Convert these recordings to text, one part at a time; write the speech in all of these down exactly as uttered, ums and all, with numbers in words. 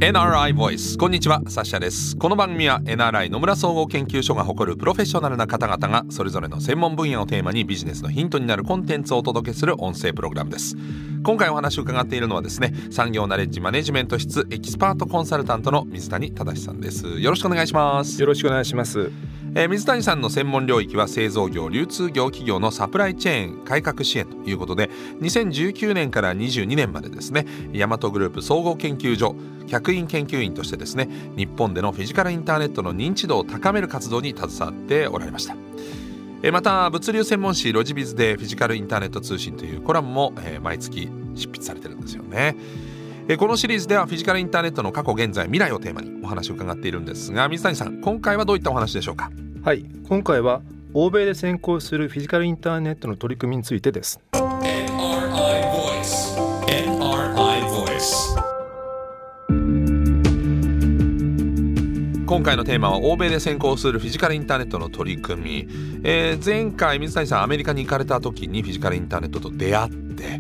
エヌアールアイ Voice。 こんにちは、サッシャです。この番組は エヌアールアイ 野村総合研究所が誇るプロフェッショナルな方々がそれぞれの専門分野をテーマにビジネスのヒントになるコンテンツをお届けする音声プログラムです。今回お話を伺っているのはですね、産業ナレッジマネジメント室エキスパートコンサルタントの水谷忠さんです。よろしくお願いします。 よろしくお願いします。 えー、水谷さんの専門領域は製造業流通業企業のサプライチェーン改革支援ということで、にせんじゅうきゅうねんからにじゅうにねんまでですね、大和グループ総合研究所客員研究員としてですね、日本でのフィジカルインターネットの認知度を高める活動に携わっておられました。えー、また物流専門誌ロジビズでフィジカルインターネット通信というコラムも、えー、毎月執筆されてるんですよね。このシリーズではフィジカルインターネットの過去現在未来をテーマにお話を伺っているんですが、水谷さん、今回はどういったお話でしょうか？ はい、今回は欧米で先行するフィジカルインターネットの取り組みについてです。 エヌアールアイ Voice。 エヌアールアイ Voice。 今回のテーマは欧米で先行するフィジカルインターネットの取り組み、えー、前回水谷さんアメリカに行かれた時にフィジカルインターネットと出会って、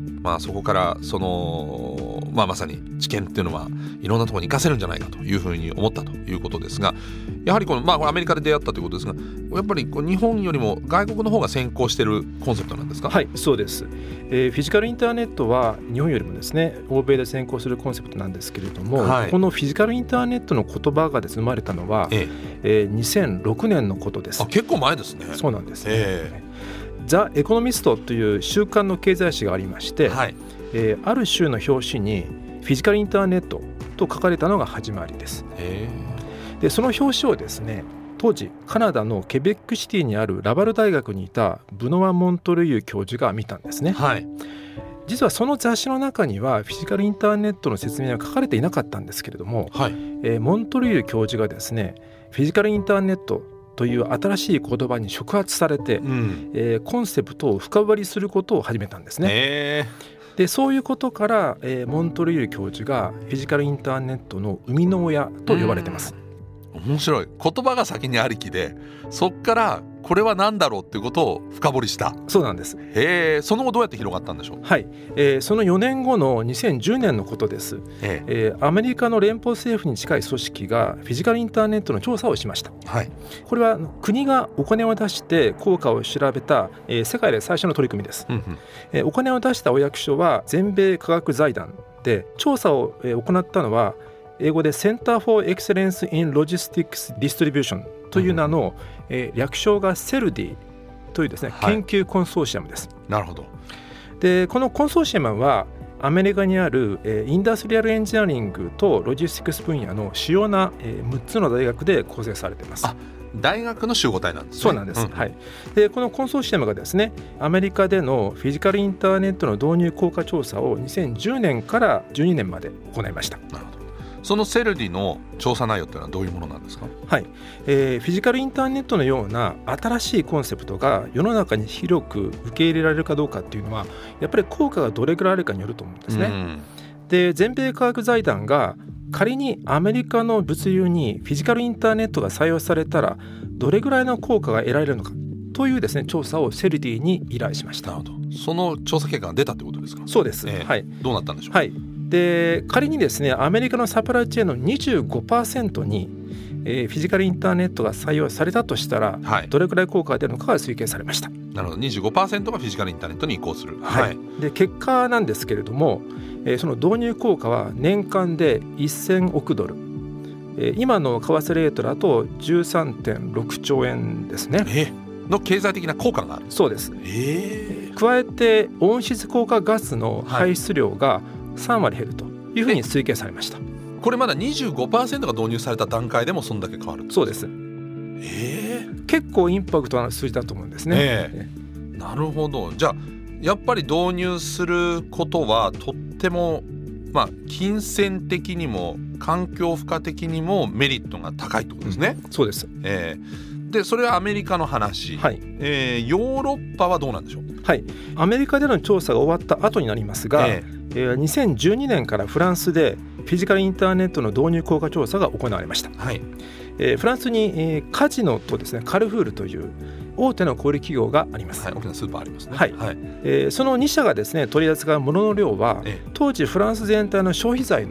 まあ、そこからそのまあ、まさに知見っていうのはいろんなところに活かせるんじゃないかというふうに思ったということですが、やはりこの、まあ、アメリカで出会ったということですが、やっぱりこう日本よりも外国の方が先行しているコンセプトなんですか？ はい、そうです。えー、フィジカルインターネットは日本よりもですね、欧米で先行するコンセプトなんですけれども、はい、このフィジカルインターネットの言葉がですね生まれたのは、えええー、にせんろくねんのことです。 あ、結構前ですね。 そうなんですね。 えー、ザ・エコノミストという週刊の経済誌がありまして、はい、えー、ある週の表紙にフィジカルインターネットと書かれたのが始まりです。で、その表紙をですね、当時カナダのケベックシティにあるラバル大学にいたブノワ・モントルイユ教授が見たんですね。はい、実はその雑誌の中にはフィジカルインターネットの説明は書かれていなかったんですけれども、はい、えー、モントルイユ教授がですね、フィジカルインターネットという新しい言葉に触発されて、うん、えー、コンセプトを深掘りすることを始めたんですね。へー。でそういうことから、えー、モントルイユ教授がフィジカルインターネットの生みの親と呼ばれてます。 面白い。言葉が先にありきで、そっからこれは何だろうっていうことを深掘りした。 そうなんです。 へー。その後どうやって広がったんでしょう？ はい、えー、そのよねんごのにせんじゅうねんのことです。えーえー、アメリカの連邦政府に近い組織がフィジカルインターネットの調査をしました。はい、これは国がお金を出して効果を調べた、えー、世界で最初の取り組みです。うんうん、えー、お金を出したお役所は全米科学財団で、調査を、えー、行ったのは英語で Center for Excellence in Logistics Distribution という名の、うん、えー、略称がセルディというですね、はい、研究コンソーシアムです。 なるほど。 でこのコンソーシアムはアメリカにある、えー、インダストリアルエンジニアリングとロジスティクス分野の主要な、えー、むっつの大学で構成されています。 あ、大学の集合体なんですね。 そうなんです、うん、はい、でこのコンソーシアムがですね、アメリカでのフィジカルインターネットの導入効果調査をにせんじゅうねんからじゅうにねんまで行いました。 なるほど。そのセルディの調査内容というのはどういうものなんですか？ はい、えー、フィジカルインターネットのような新しいコンセプトが世の中に広く受け入れられるかどうかっていうのは、やっぱり効果がどれくらいあるかによると思うんですね。うん、で全米科学財団が仮にアメリカの物流にフィジカルインターネットが採用されたらどれぐらいの効果が得られるのかというですね、調査をセルディに依頼しました。 なるほど。その調査結果が出たってことですか？ そうです、 えーはい、 どうなったんでしょう？ はい、で仮にですね、アメリカのサプライチェーンの にじゅうごパーセント に、えー、フィジカルインターネットが採用されたとしたら、はい、どれくらい効果が出るのかが推計されました。 なるほど。 にじゅうごパーセント がフィジカルインターネットに移行する。 はいはい、で結果なんですけれども、えー、その導入効果は年間でせんおくドル、えー、今の為替レートだと じゅうさんてんろくちょうえんですね。 えー、の経済的な効果がある。 そうです。 えー、 加えて温室効果ガスの排出量がさんわり減るというふうに推計されました。 これまだ にじゅうごパーセント が導入された段階でもそんだけ変わる。 そうです。 えー、 結構インパクトの数字だと思うんですね。 えー、なるほど。じゃあやっぱり導入することはとっても、まあ、金銭的にも環境負荷的にもメリットが高いってことですね。 うん、そうです。 えー、でそれはアメリカの話、はい、えー、ヨーロッパはどうなんでしょう？ はい、アメリカでの調査が終わった後になりますが、えーえー、にせんじゅうにねんからフランスでフィジカルインターネットの導入効果調査が行われました。はい、えー、フランスに、えー、カジノとですね、カルフールという大手の小売企業があります。 はい、大きなスーパーありますね。 はいはい、えー、そのに社がですね取り扱うものの量は、ええ、当時フランス全体の消費財の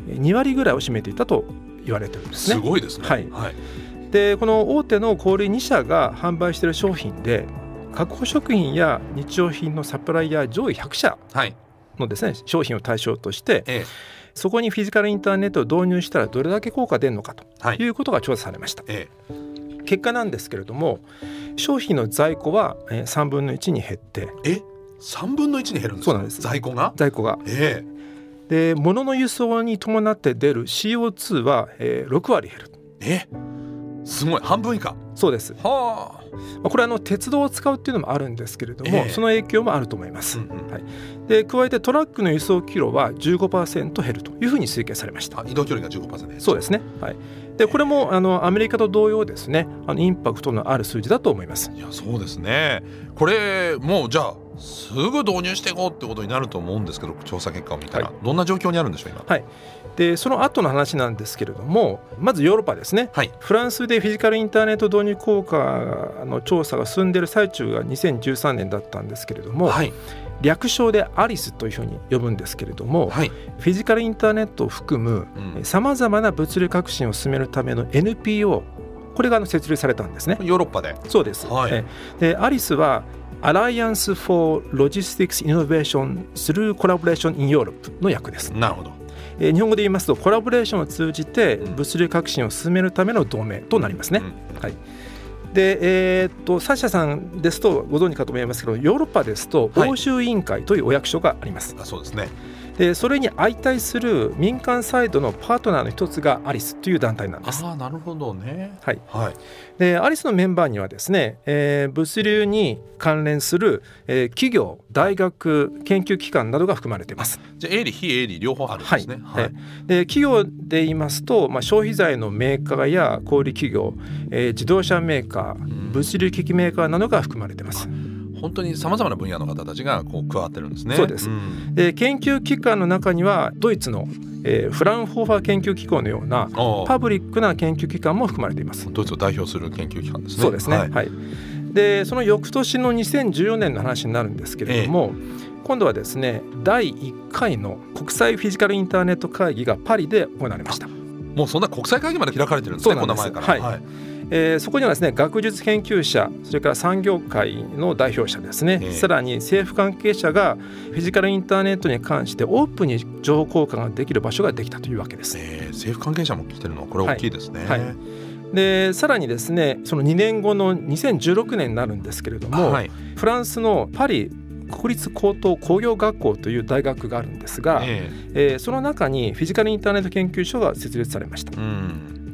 にわりぐらいを占めていたと言われてるんですね。 すごいですね。 はいはい、でこの大手の小売に社が販売している商品で加工食品や日用品のサプライヤー上位ひゃくしゃのですね、商品を対象として、ええ、そこにフィジカルインターネットを導入したらどれだけ効果が出るのかということが調査されました。ええ、結果なんですけれども、商品の在庫はさんぶんのいちに減って。 えさんぶんのいちに減るんですか？ そうなんです。 在庫が在庫が、 ええ、で物の輸送に伴って出る シーオーツー は、えー、ろくわり減る。 えすごい、半分以下。 そうです。 はあ、これはあの鉄道を使うっていうのもあるんですけれども、えー、その影響もあると思います。うんうん、はい、で加えてトラックの輸送キロは じゅうごパーセント 減るというふうに推計されました。 あ、移動距離が じゅうごパーセント 減る。 そうですね。はい、でこれもあのアメリカと同様ですね、あのインパクトのある数字だと思います。 いやそうですね。これもうじゃあすぐ導入していこうってことになると思うんですけど、調査結果を見たら、はい、どんな状況にあるんでしょう今。 はい、でその後の話なんですけれども、まずヨーロッパですね、はい、フランスでフィジカルインターネット導入効果の調査が進んでいる最中がにせんじゅうさんねんだったんですけれども、はい、略称でアリスというふうに呼ぶんですけれども、はい、フィジカルインターネットを含むさまざまな物流革新を進めるための エヌピーオー、 これが設立されたんですね。 ヨーロッパで。 そうです。はい、でアリスはAlliance for Logistics Innovation through Collaboration in Europe の訳です。 なるほど。 えー、日本語で言いますとコラボレーションを通じて物流革新を進めるための同盟となりますね。うんうん、はい、でえー、っとサッシャさんですとご存知かと思いますけど、ヨーロッパですと欧州委員会というお役所があります。 はい、あ、そうですね。 でそれに相対する民間サイドのパートナーの一つがアリスという団体なんです。 ああ、なるほどね。 はいはい、でアリスのメンバーにはですね、えー、物流に関連する、えー、企業、大学、研究機関などが含まれています。 じゃあ営利非営利両方あるんですね。 はいはい、で企業で言いますと、まあ、消費財のメーカーや小売企業、えー、自動車メーカー、物流機器メーカーなどが含まれています。 本当にさまざまな分野の方たちがこう加わってるんですね。 そうです。うん、で研究機関の中にはドイツの、えー、フランホーファー研究機構のようなパブリックな研究機関も含まれています。 ドイツを代表する研究機関ですね。 そうですね。はいはい、でその翌年のにせんじゅうよねんの話になるんですけれども、ええ、今度はですねだいいっかいの国際フィジカルインターネット会議がパリで行われました。 もうそんな国際会議まで開かれてるんですね。こんな前から。 はいはい、えー、そこにはですね学術研究者、それから産業界の代表者ですね、えー、さらに政府関係者がフィジカルインターネットに関してオープンに情報交換ができる場所ができたというわけです。 えー、政府関係者も来てるのはこれ大きいですね。はいはい、 でさらにですねそのにねんごのにせんじゅうろくねんになるんですけれども、はい、フランスのパリ国立高等工業学校という大学があるんですが、えーえー、その中にフィジカルインターネット研究所が設立されました。うん、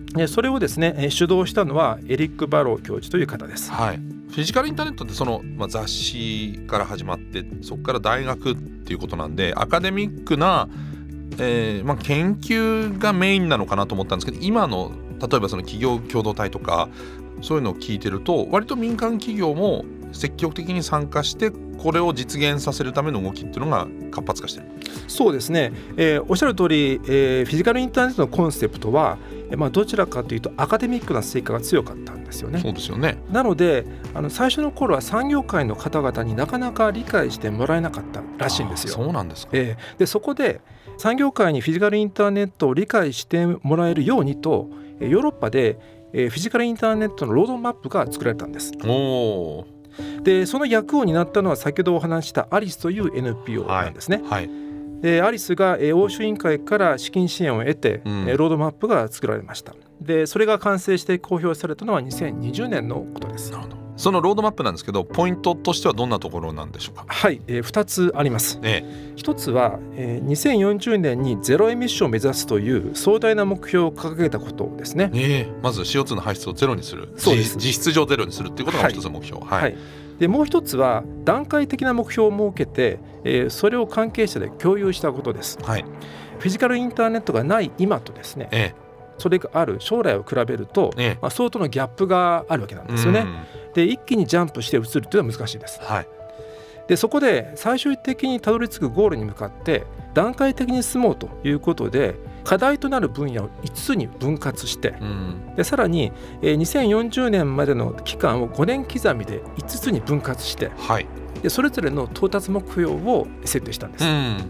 それをですね主導したのはエリック・バロー教授という方です。 はい、フィジカルインターネットってその、まあ、雑誌から始まってそこから大学っていうことなんでアカデミックな、えーまあ、研究がメインなのかなと思ったんですけど、今の例えばその企業共同体とかそういうのを聞いてると割と民間企業も積極的に参加してこれを実現させるための動きっていうのが活発化してる。 そうですね、えー、おっしゃる通り、えー、フィジカルインターネットのコンセプトは、えーまあ、どちらかというとアカデミックな成果が強かったんですよね。 そうですよね。 なのであの最初の頃は産業界の方々になかなか理解してもらえなかったらしいんですよ。 そうなんですか。 えー、でそこで産業界にフィジカルインターネットを理解してもらえるようにとヨーロッパでフィジカルインターネットのロードマップが作られたんです。 おー。でその役を担ったのは先ほどお話したアリスという エヌピーオー なんですね。はいはい、でアリスが欧州委員会から資金支援を得て、うん、ロードマップが作られました。でそれが完成して公表されたのはにせんにじゅうねんのことです。 なるほど。そのロードマップなんですけどポイントとしてはどんなところなんでしょうか。 はい、えー、ふたつあります。ええ、ひとつは、えー、にせんよんじゅうねんにゼロエミッションを目指すという壮大な目標を掲げたことですね。 えー、まず シーオーツー の排出をゼロにする。そうです。実質上ゼロにするっていうことが一つの目標。はいはいはい、 でもう一つは段階的な目標を設けて、えー、それを関係者で共有したことです。はい、フィジカルインターネットがない今とですね、ええ、それがある将来を比べると、ええまあ、相当のギャップがあるわけなんですよね。で一気にジャンプして移るというのは難しいです。はい、でそこで最終的にたどり着くゴールに向かって段階的に進もうということで課題となる分野をいつつに分割して、うん、でさらに、えー、にせんよんじゅうねんまでの期間をごねん刻みでいつつに分割して、はい、でそれぞれの到達目標を設定したんです。うん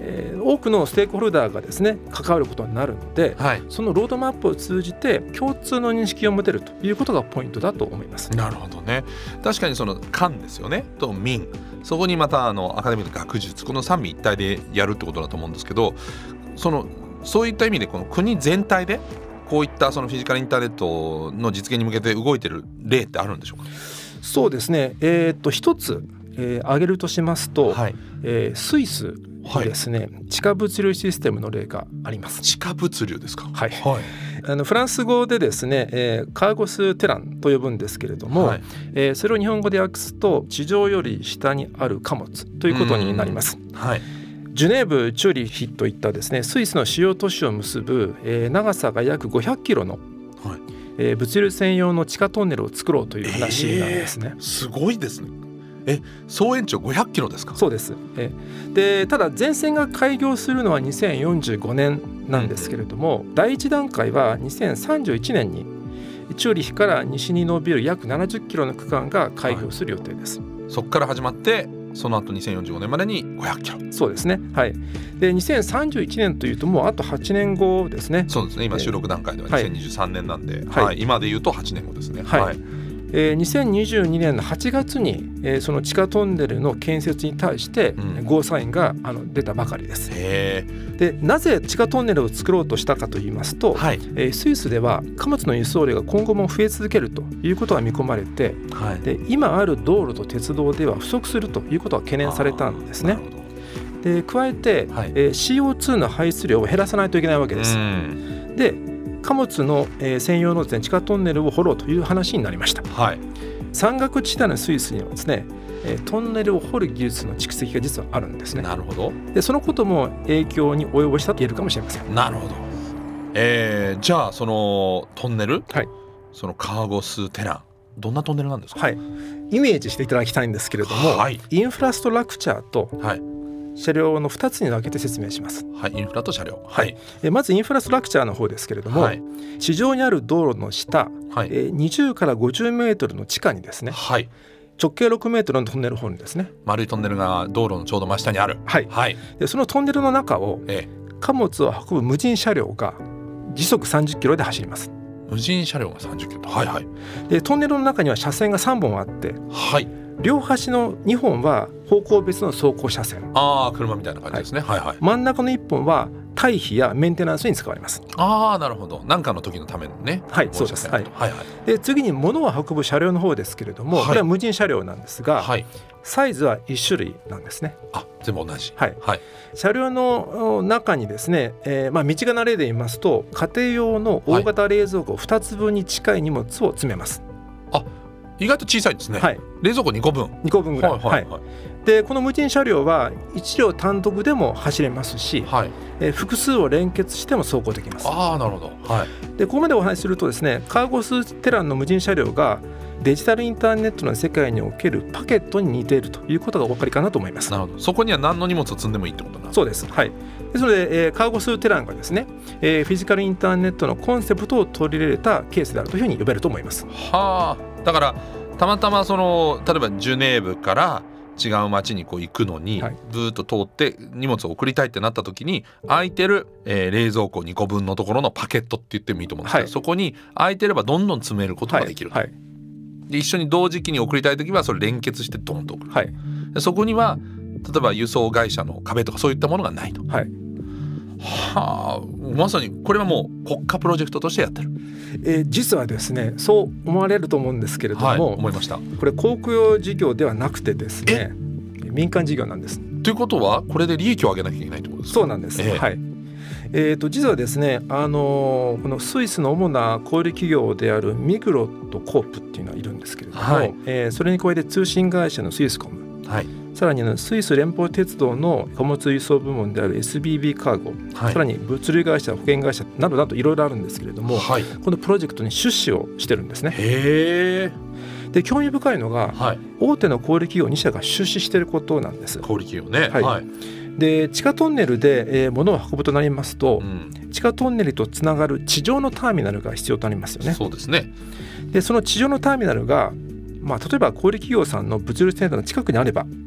えー、多くのステークホルダーがですね関わることになるので、はい、そのロードマップを通じて共通の認識を持てるということがポイントだと思います。 なるほどね。確かにその官ですよねと民、そこにまたあのアカデミーの学術、この三位一体でやるってことだと思うんですけど、そのそういった意味でこの国全体でこういったそのフィジカルインターネットの実現に向けて動いてる例ってあるんでしょうか。 そうですね、えー、っと一つ、えー、挙げるとしますと、はい、えー、スイスでですね、はい、地下物流システムの例があります。 地下物流ですか。 はい、はい、あのフランス語でですね、えー、カーゴステランと呼ぶんですけれども、はい、えー、それを日本語で訳すと地上より下にある貨物ということになります。はい、ジュネーブ、チューリッヒといったですねスイスの主要都市を結ぶ、えー、長さが約ごひゃくキロの、はい、えー、物流専用の地下トンネルを作ろうという話なんですね。 えー、すごいですね。え、総延長ごひゃくキロですか。 そうです。えでただ全線が開業するのはにせんよんじゅうごねんなんですけれども、うん、第一段階はにせんさんじゅういちねんにチューリッヒから西に伸びる約ななじゅっキロの区間が開業する予定です。はい、 そこから始まってその後にせんよんじゅうごねんまでにごひゃくキロ。 そうですね、はい、でにせんさんじゅういちねんというともうあとはちねんごですね。 そうですね、今収録段階ではにせんにじゅうさんねんなんで、はいはい、今でいうとはちねんごですね。はい、はい、 えー、にせんにじゅうにねんのはちがつに、えー、その地下トンネルの建設に対して、うん、ゴーサインがあの出たばかりです。 へでなぜ地下トンネルを作ろうとしたかといいますと、はい、えー、スイスでは貨物の輸送量が今後も増え続けるということが見込まれて、はい、で今ある道路と鉄道では不足するということが懸念されたんですね。で加えて、はい、えー、シーオーツー の排出量を減らさないといけないわけです。で貨物の、えー、専用のですね、地下トンネルを掘ろうという話になりました。はい、山岳地帯のスイスにはですね、えー、トンネルを掘る技術の蓄積が実はあるんですね。 なるほど。 でそのことも影響に及ぼしたと言えるかもしれません。 なるほど。えー、じゃあそのトンネル、はい、そのカーゴステラン、どんなトンネルなんですか。 はい、イメージしていただきたいんですけれども、はい、インフラストラクチャーと、はい、車両のふたつに分けて説明します。 はい、インフラと車両。 はい、えまずインフラストラクチャーの方ですけれども、はい、地上にある道路の下、はい、えにじゅうからごじゅうメートルの地下にですね、はい、直径ろくメートルのトンネルを掘るんですね。 丸いトンネルが道路のちょうど真下にある。 はい、はい、でそのトンネルの中を、ええ、貨物を運ぶ無人車両が時速さんじゅっキロで走ります。 無人車両がさんじゅっキロ。はいはい。 でトンネルの中には車線がさんぼんあって、はい、両端のにほんは方向別の走行車線。 ああ、車みたいな感じですね。はい、はいはい。 真ん中のいっぽんは退避やメンテナンスに使われます。 ああ、なるほど。何かの時のためのね。 はい、そうです。はいはいはい。で次に物を運ぶ車両の方ですけれども、はい、これは無人車両なんですが、はい、サイズはいち種類なんですね。 あ、全部同じ。 はい、はい、車両の中にですね、えーまあ、道がな例で言いますと家庭用の大型冷蔵庫ふたつぶんに近い荷物を詰めます。 はい、あ、意外と小さいですね。はい、冷蔵庫にこぶんにこぶんぐらい。はいはいはい、でこの無人車両はいち両単独でも走れますし、はい、えー、複数を連結しても走行できます。 ああ、なるほど。はい、 でここまでお話しするとですね、カーゴステランの無人車両がデジタルインターネットの世界におけるパケットに似ているということがお分かりかなと思います。 なるほど。そこには何の荷物を積んでもいいってことなんですか。 そうです。はい、ですので、えー、カーゴステランがですね、えー、フィジカルインターネットのコンセプトを取り入れたケースであるというふうに呼べると思います。 はあ、だからたまたまその例えばジュネーブから違う町にこう行くのに、はい、ブーッと通って荷物を送りたいってなった時に空いてる、えー、冷蔵庫にこぶんのところのパケットって言ってもいいと思うんですけど、はい、そこに空いてればどんどん詰めることができる、はいはい、で一緒に同時期に送りたい時はそれ連結してドンと送る、はい、でそこには例えば輸送会社の壁とかそういったものがないと、はい、はあ、まさにこれはもう国家プロジェクトとしてやってる。 えー、実はですねそう思われると思うんですけれども、はい、 思いました。 これ公共用事業ではなくてですね民間事業なんです。 ということはこれで利益を上げなきゃいけないということですか。 そうなんです、えーはい、えー、と実はですね、あのー、このスイスの主な小売企業であるミグロとコープっていうのがいるんですけれども、はい、えー、それに加えて通信会社のスイスコム、はい、さらにスイス連邦鉄道の貨物輸送部門である エスビービー カーゴ、はい、さらに物流会社、保険会社などなどいろいろあるんですけれども、はい、このプロジェクトに出資をしてるんですね。 へー。 で興味深いのが、はい、大手の小売企業に社が出資していることなんです。 小売企業ね、 はいはい、で地下トンネルで、えー、物を運ぶとなりますと、うん、地下トンネルとつながる地上のターミナルが必要となりますよね。 そうですね。 でその地上のターミナルが、まあ、例えば小売企業さんの物流センターの近くにあれば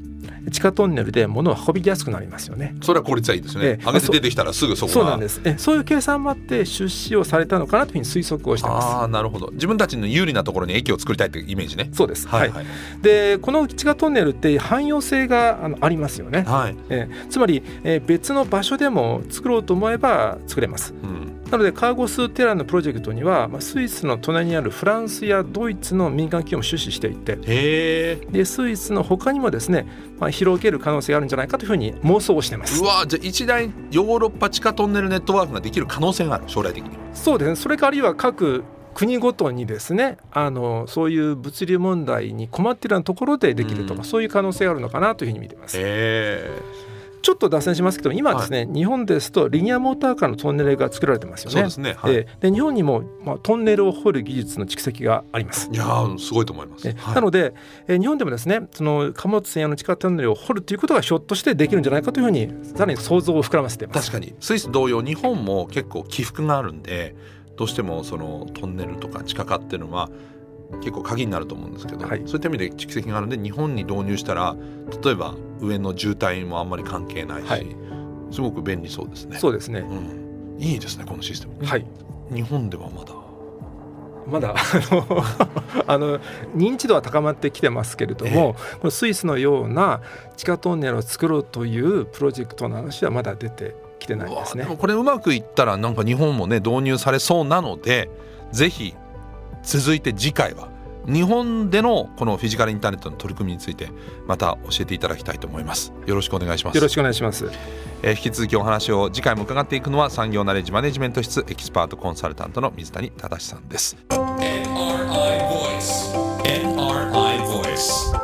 地下トンネルで物を運びやすくなりますよね。 それは効率はいいですね。上げて出てきたらすぐそこが。 そうなんです。えそういう計算もあって出資をされたのかなというふうに推測をしています。 ああ、なるほど。自分たちの有利なところに駅を作りたいというイメージね。 そうです、 はいはい。 でこの地下トンネルって汎用性が あ, のありますよね、はい。えつまり、え別の場所でも作ろうと思えば作れます、うん。なのでカーゴステラのプロジェクトには、まあ、スイスの隣にあるフランスやドイツの民間企業も出資していて、へでスイスの他にもですね、まあ、広げる可能性があるんじゃないかというふうに妄想をしています。 うわ、じゃあ一大ヨーロッパ地下トンネルネットワークができる可能性がある、将来的に。 そうですね。それかあるいは各国ごとにですね、あのそういう物流問題に困っているようなところでできるとか、うん、そういう可能性があるのかなというふうに見ています。へー。ちょっと脱線しますけど、今ですね、はい、日本ですとリニアモーターカーのトンネルが作られてますよね。 そうですね、はい。 でで日本にも、まあ、トンネルを掘る技術の蓄積があります。 いやー、すごいと思います、はい。 なのでえ日本でもですね、その貨物専用の地下トンネルを掘るということがひょっとしてできるんじゃないかというふうにさらに想像を膨らませています。 確かにスイス同様日本も結構起伏があるんで、どうしてもそのトンネルとか地下化っていうのは結構鍵になると思うんですけど、はい、そういった意味で蓄積があるんで、日本に導入したら例えば上の渋滞もあんまり関係ないし、はい、すごく便利そうですね。 そうですね、 うん、いいですねこのシステム、はい。日本ではまだまだあの認知度は高まってきてますけれども、えー、このスイスのような地下トンネルを作ろうというプロジェクトの話はまだ出てきてないですね。 でもこれうまくいったらなんか日本もね導入されそうなので、ぜひ続いて次回は日本でのこのフィジカルインターネットの取り組みについてまた教えていただきたいと思います。よろしくお願いします。 よろしくお願いします。 えー、引き続きお話を次回も伺っていくのは産業ナレッジマネジメント室エキスパートコンサルタントの水谷忠さんです。 エヌアールアイ Voice エヌアールアイ Voice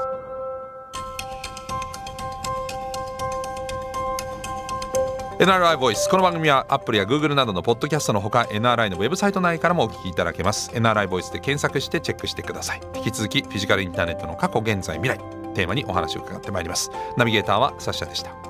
エヌアールアイ ボイス。 この番組は Apple や Google などのポッドキャストのほか エヌアールアイ のウェブサイト内からもお聞きいただけます。 エヌアールアイ ボイスで検索してチェックしてください。引き続きフィジカルインターネットの過去現在未来テーマにお話を伺ってまいります。ナビゲーターはサッシャでした。